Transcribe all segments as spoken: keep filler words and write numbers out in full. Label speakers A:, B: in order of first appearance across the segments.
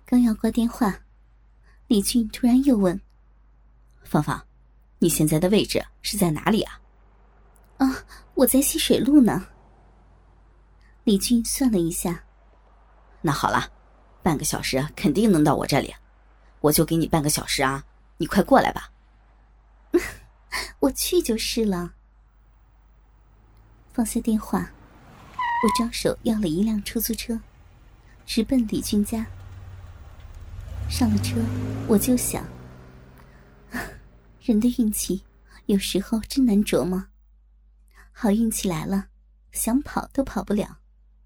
A: 刚要挂电话，李俊突然又问：
B: 芳芳，你现在的位置是在哪里啊？
A: 啊，我在西水路呢。李俊算了一下，
B: 那好了，半个小时肯定能到我这里，我就给你半个小时啊，你快过来吧。
A: 我去就是了。放下电话，我招手要了一辆出租车，直奔李俊家。上了车，我就想，人的运气有时候真难琢磨，好运气来了，想跑都跑不了。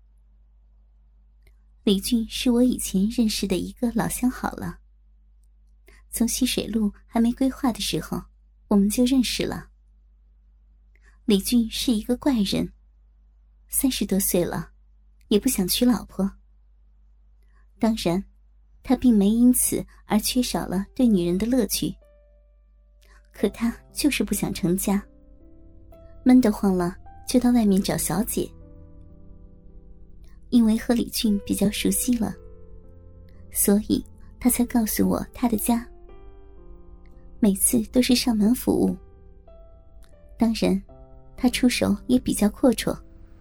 A: 李俊是我以前认识的一个老相好了，从西水路还没规划的时候我们就认识了。李俊是一个怪人，三十多岁了，也不想娶老婆。当然，他并没因此而缺少了对女人的乐趣，可他就是不想成家，闷得慌了就到外面找小姐。因为和李俊比较熟悉了，所以他才告诉我他的家。每次都是上门服务，当然他出手也比较阔绰。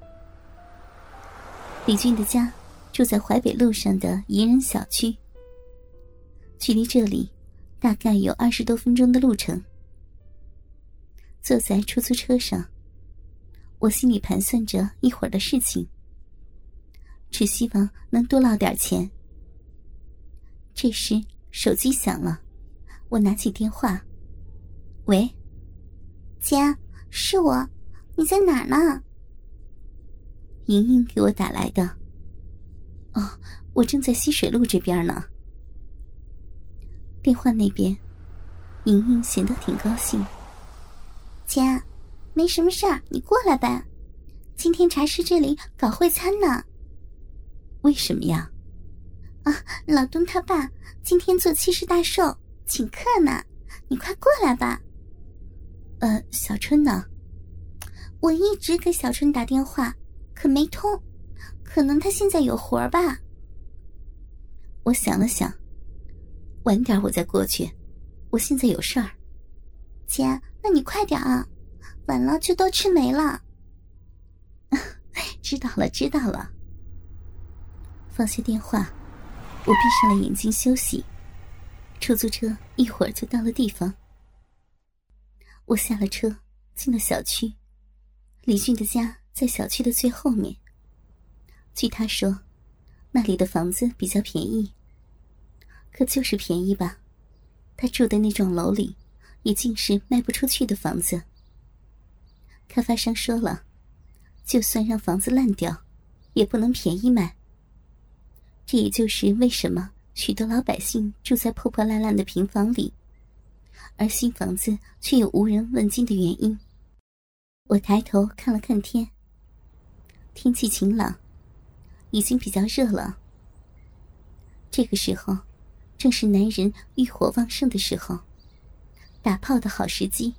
A: 李俊的家住在淮北路上的宜人小区，距离这里大概有二十多分钟的路程。坐在出租车上，我心里盘算着一会儿的事情，只希望能多捞点钱。这时手机响了，我拿起电话：喂，
C: 姐，是我，你在哪儿呢？
A: 莹莹给我打来的。哦，我正在西水路这边呢。电话那边，莹莹显得挺高兴。
C: 姐，没什么事儿，你过来呗。今天茶室这里搞会餐呢。
A: 为什么呀？
C: 啊，老东他爸今天做七十大寿，请客呢，你快过来吧。
A: 呃，小春呢？
C: 我一直给小春打电话，可没通，可能他现在有活吧。
A: 我想了想，晚点我再过去，我现在有事儿。
C: 姐，那你快点啊，晚了就都吃没了。
A: 知道了，知道了。放下电话，我闭上了眼睛休息。出租车一会儿就到了地方。我下了车，进了小区。李俊的家在小区的最后面。据他说，那里的房子比较便宜。可就是便宜吧，他住的那幢楼里也尽是卖不出去的房子。开发商说了，就算让房子烂掉，也不能便宜卖。这也就是为什么许多老百姓住在破破烂烂的平房里，而新房子却有无人问津的原因。我抬头看了看天，天气晴朗，已经比较热了。这个时候正是男人欲火旺盛的时候，打炮的好时机。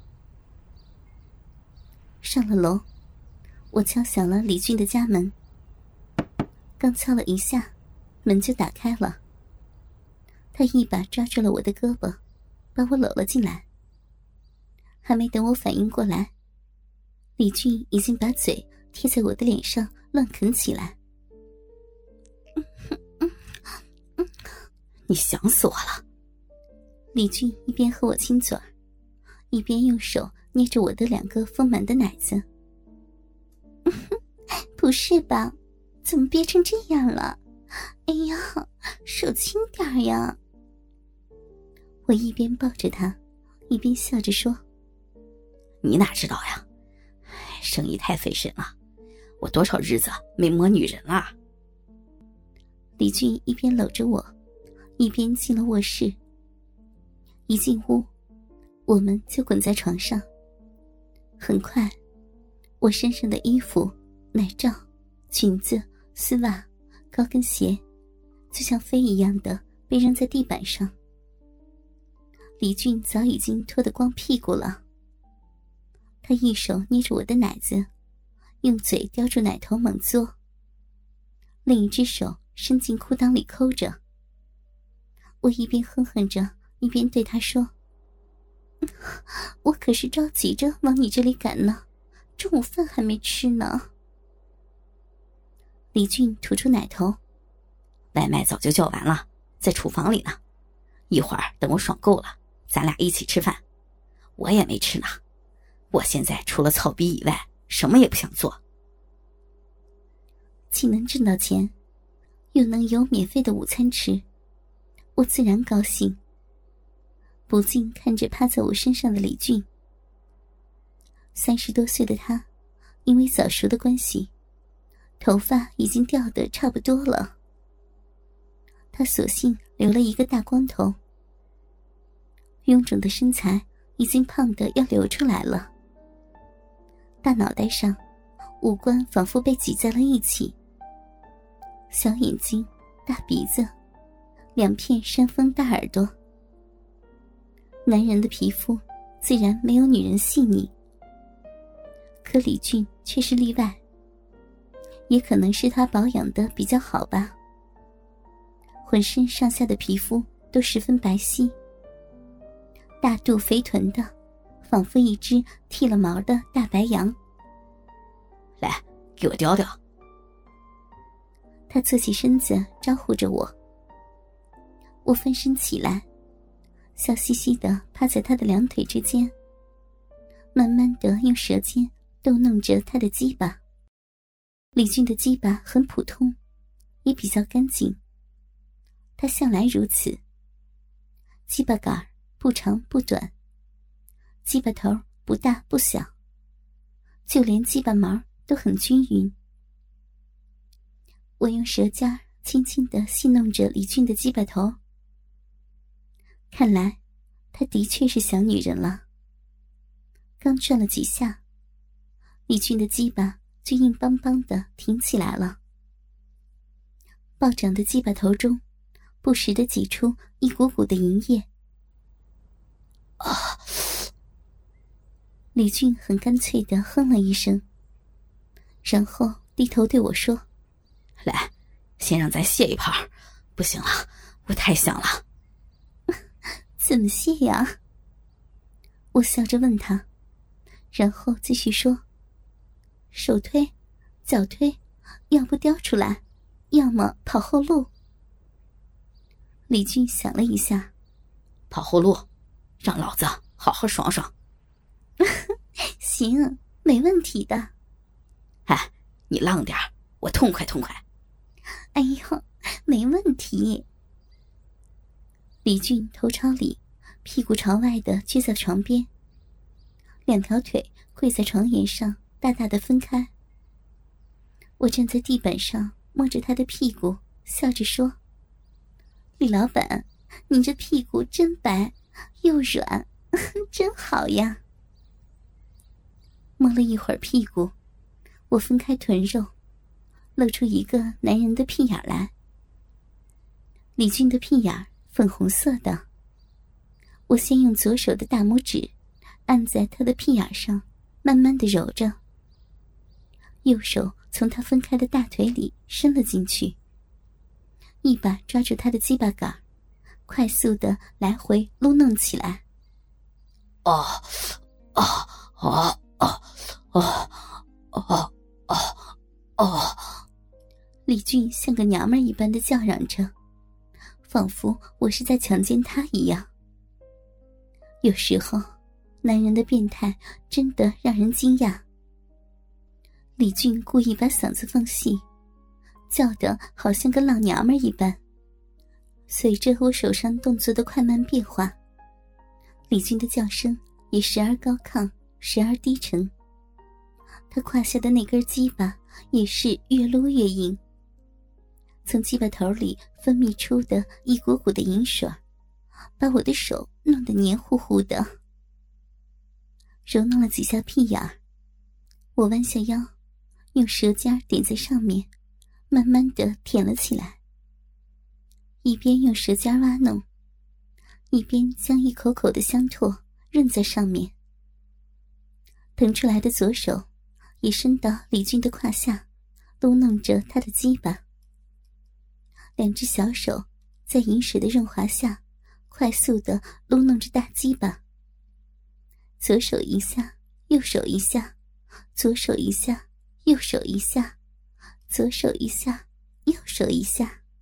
A: 上了楼，我敲响了李俊的家门。刚敲了一下，门就打开了。他一把抓住了我的胳膊，把我搂了进来。还没等我反应过来，李俊已经把嘴贴在我的脸上乱啃起来。
B: 你想死我了。
A: 李俊一边和我亲嘴儿，一边用手捏着我的两个丰满的奶子。
C: 不是吧，怎么憋成这样了？哎呀，手轻点呀。
A: 我一边抱着他，一边笑着说：
B: 你哪知道呀，生意太费神了，我多少日子没摸女人了。
A: 李俊一边搂着我，一边进了卧室。一进屋，我们就滚在床上。很快，我身上的衣服、奶罩、裙子、丝袜、高跟鞋就像飞一样的被扔在地板上。李俊早已经脱得光屁股了。他一手捏着我的奶子，用嘴叼住奶头猛嘬，另一只手伸进裤裆里抠着。 我一边哼哼着，一边对他说：“我可是着急着往你这里赶呢，中午饭还没吃呢。”李俊吐出奶头：“
B: 外卖早就叫完了，在厨房里呢。一会儿等我爽够了，咱俩一起吃饭。我也没吃呢，我现在除了操逼以外，什么也不想做。”
A: 既能挣到钱，又能有免费的午餐吃，我自然高兴。不禁看着趴在我身上的李俊。三十多岁的他，因为早熟的关系，头发已经掉得差不多了。他索性留了一个大光头，臃肿的身材已经胖得要流出来了。大脑袋上，五官仿佛被挤在了一起。小眼睛，大鼻子，两片山峰大耳朵。男人的皮肤自然没有女人细腻，可李俊却是例外。也可能是他保养得比较好吧，浑身上下的皮肤都十分白皙，大肚肥臀的，仿佛一只剃了毛的大白羊。
B: 来，给我叼叼。
A: 他侧起身子招呼着我。我翻身起来，笑嘻嘻地趴在他的两腿之间，慢慢地用舌尖逗弄着他的鸡巴。李俊的鸡巴很普通，也比较干净，他向来如此。鸡巴杆不长不短，鸡巴头不大不小，就连鸡巴毛都很均匀。我用舌尖轻轻地戏弄着李俊的鸡巴头，看来她的确是小女人了。刚转了几下，李俊的鸡巴就硬邦邦地挺起来了，暴涨的鸡巴头中不时地挤出一股股的银液。
B: 啊！
A: 李俊很干脆地哼了一声，然后低头对我说：“
B: 来，先让咱泄一泡，不行了，我太想了。”
A: 怎么泄呀？我笑着问他，然后继续说：“手推，脚推，要不叼出来，要么跑后路。”李俊想了一下：“
B: 跑后路，让老子好好爽爽。”
A: 行，没问题的。
B: 哎，你浪点，我痛快痛快。
A: 哎呦，没问题。李俊头朝里，屁股朝外的撅在床边，两条腿跪在床沿上，大大的分开。我站在地板上摸着他的屁股，笑着说：“李老板，你这屁股真白又软，真好呀。”摸了一会儿屁股，我分开臀肉，露出一个男人的屁眼来。李俊的屁眼粉红色的，我先用左手的大拇指按在他的屁眼上，慢慢的揉着，右手从他分开的大腿里伸了进去，一把抓住他的鸡巴杆，快速的来回撸弄起来。
B: 哦哦哦哦哦哦哦哦！
A: 李俊像个娘们一般的叫嚷着，仿佛我是在强奸他一样。有时候，男人的变态真的让人惊讶。李俊故意把嗓子放细，叫得好像个浪娘们一般。随着我手上动作的快慢变化，李俊的叫声也时而高亢，时而低沉。他胯下的那根鸡巴也是越撸越硬，从鸡巴头里分泌出的一股股的银水，把我的手弄得黏糊糊的。揉弄了几下屁眼儿，我弯下腰，用舌尖点在上面，慢慢地舔了起来。一边用舌尖挖弄，一边将一口口的香唾润在上面。腾出来的左手也伸到李俊的胯下，撸弄着他的鸡巴。两只小手在饮水的润滑下快速地撸弄着大鸡巴。左手一下，右手一下，左手一下，右手一下，左手一下，右手一下。